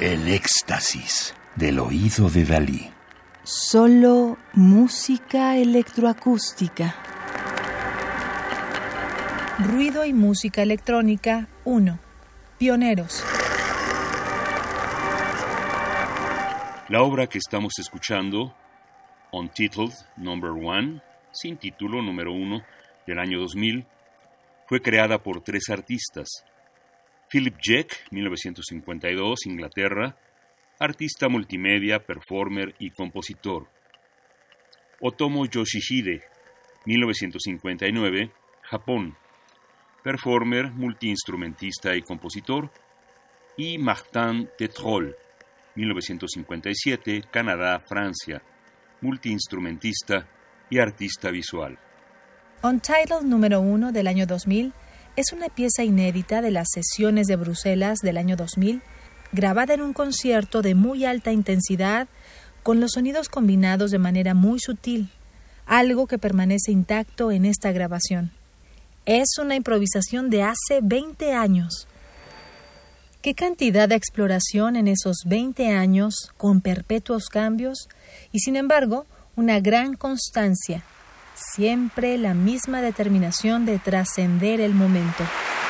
El éxtasis del oído de Dalí. Solo música electroacústica. Ruido y música electrónica 1. Pioneros. La obra que estamos escuchando, Untitled Number 1, sin título número 1, del año 2000, fue creada por 3 artistas. Philip Jack, 1952, Inglaterra, artista multimedia, performer y compositor. Otomo Yoshihide, 1959, Japón, performer, multiinstrumentista y compositor. Y Martin Tétrol, 1957, Canadá, Francia, multiinstrumentista y artista visual. Untitled número 1 del año 2000 es una pieza inédita de las sesiones de Bruselas del año 2000, grabada en un concierto de muy alta intensidad, con los sonidos combinados de manera muy sutil, algo que permanece intacto en esta grabación. Es una improvisación de hace 20 años. Qué cantidad de exploración en esos 20 años, con perpetuos cambios, y sin embargo, una gran constancia. Siempre la misma determinación de trascender el momento.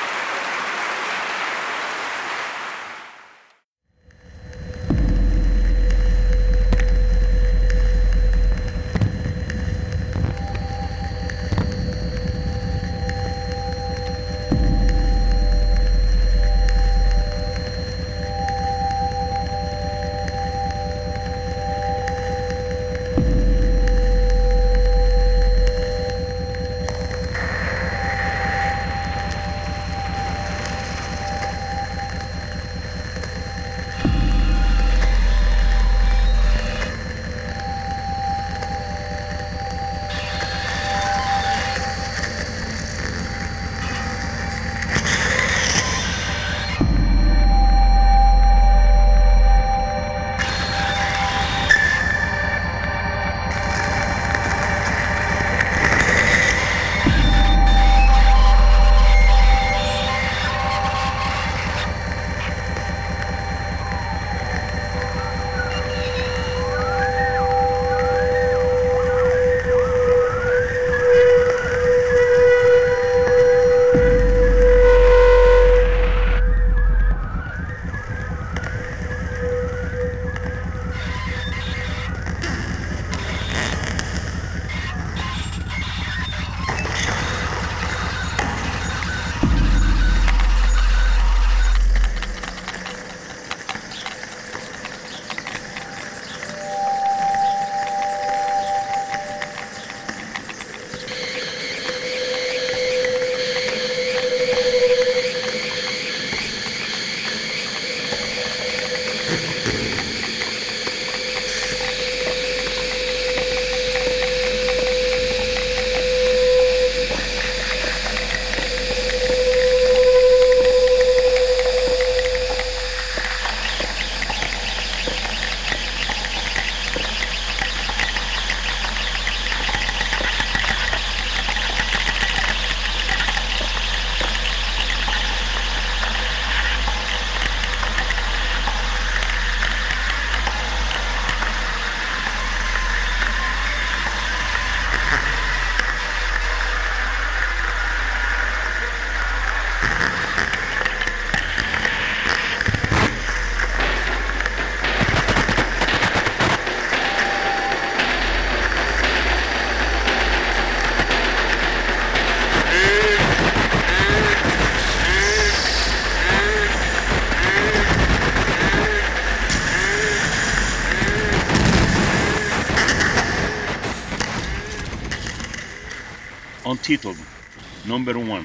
Untitled Number 1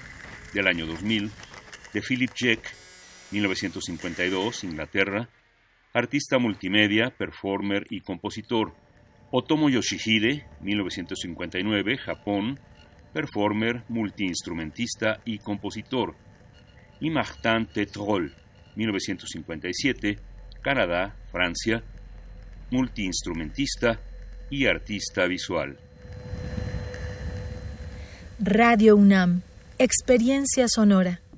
del año 2000, de Philip Jack, 1952, Inglaterra, artista multimedia, performer y compositor. Otomo Yoshihide, 1959, Japón, performer, multiinstrumentista y compositor. Y Martin Tétrol, 1957, Canadá, Francia, multiinstrumentista y artista visual. Radio UNAM, experiencia sonora.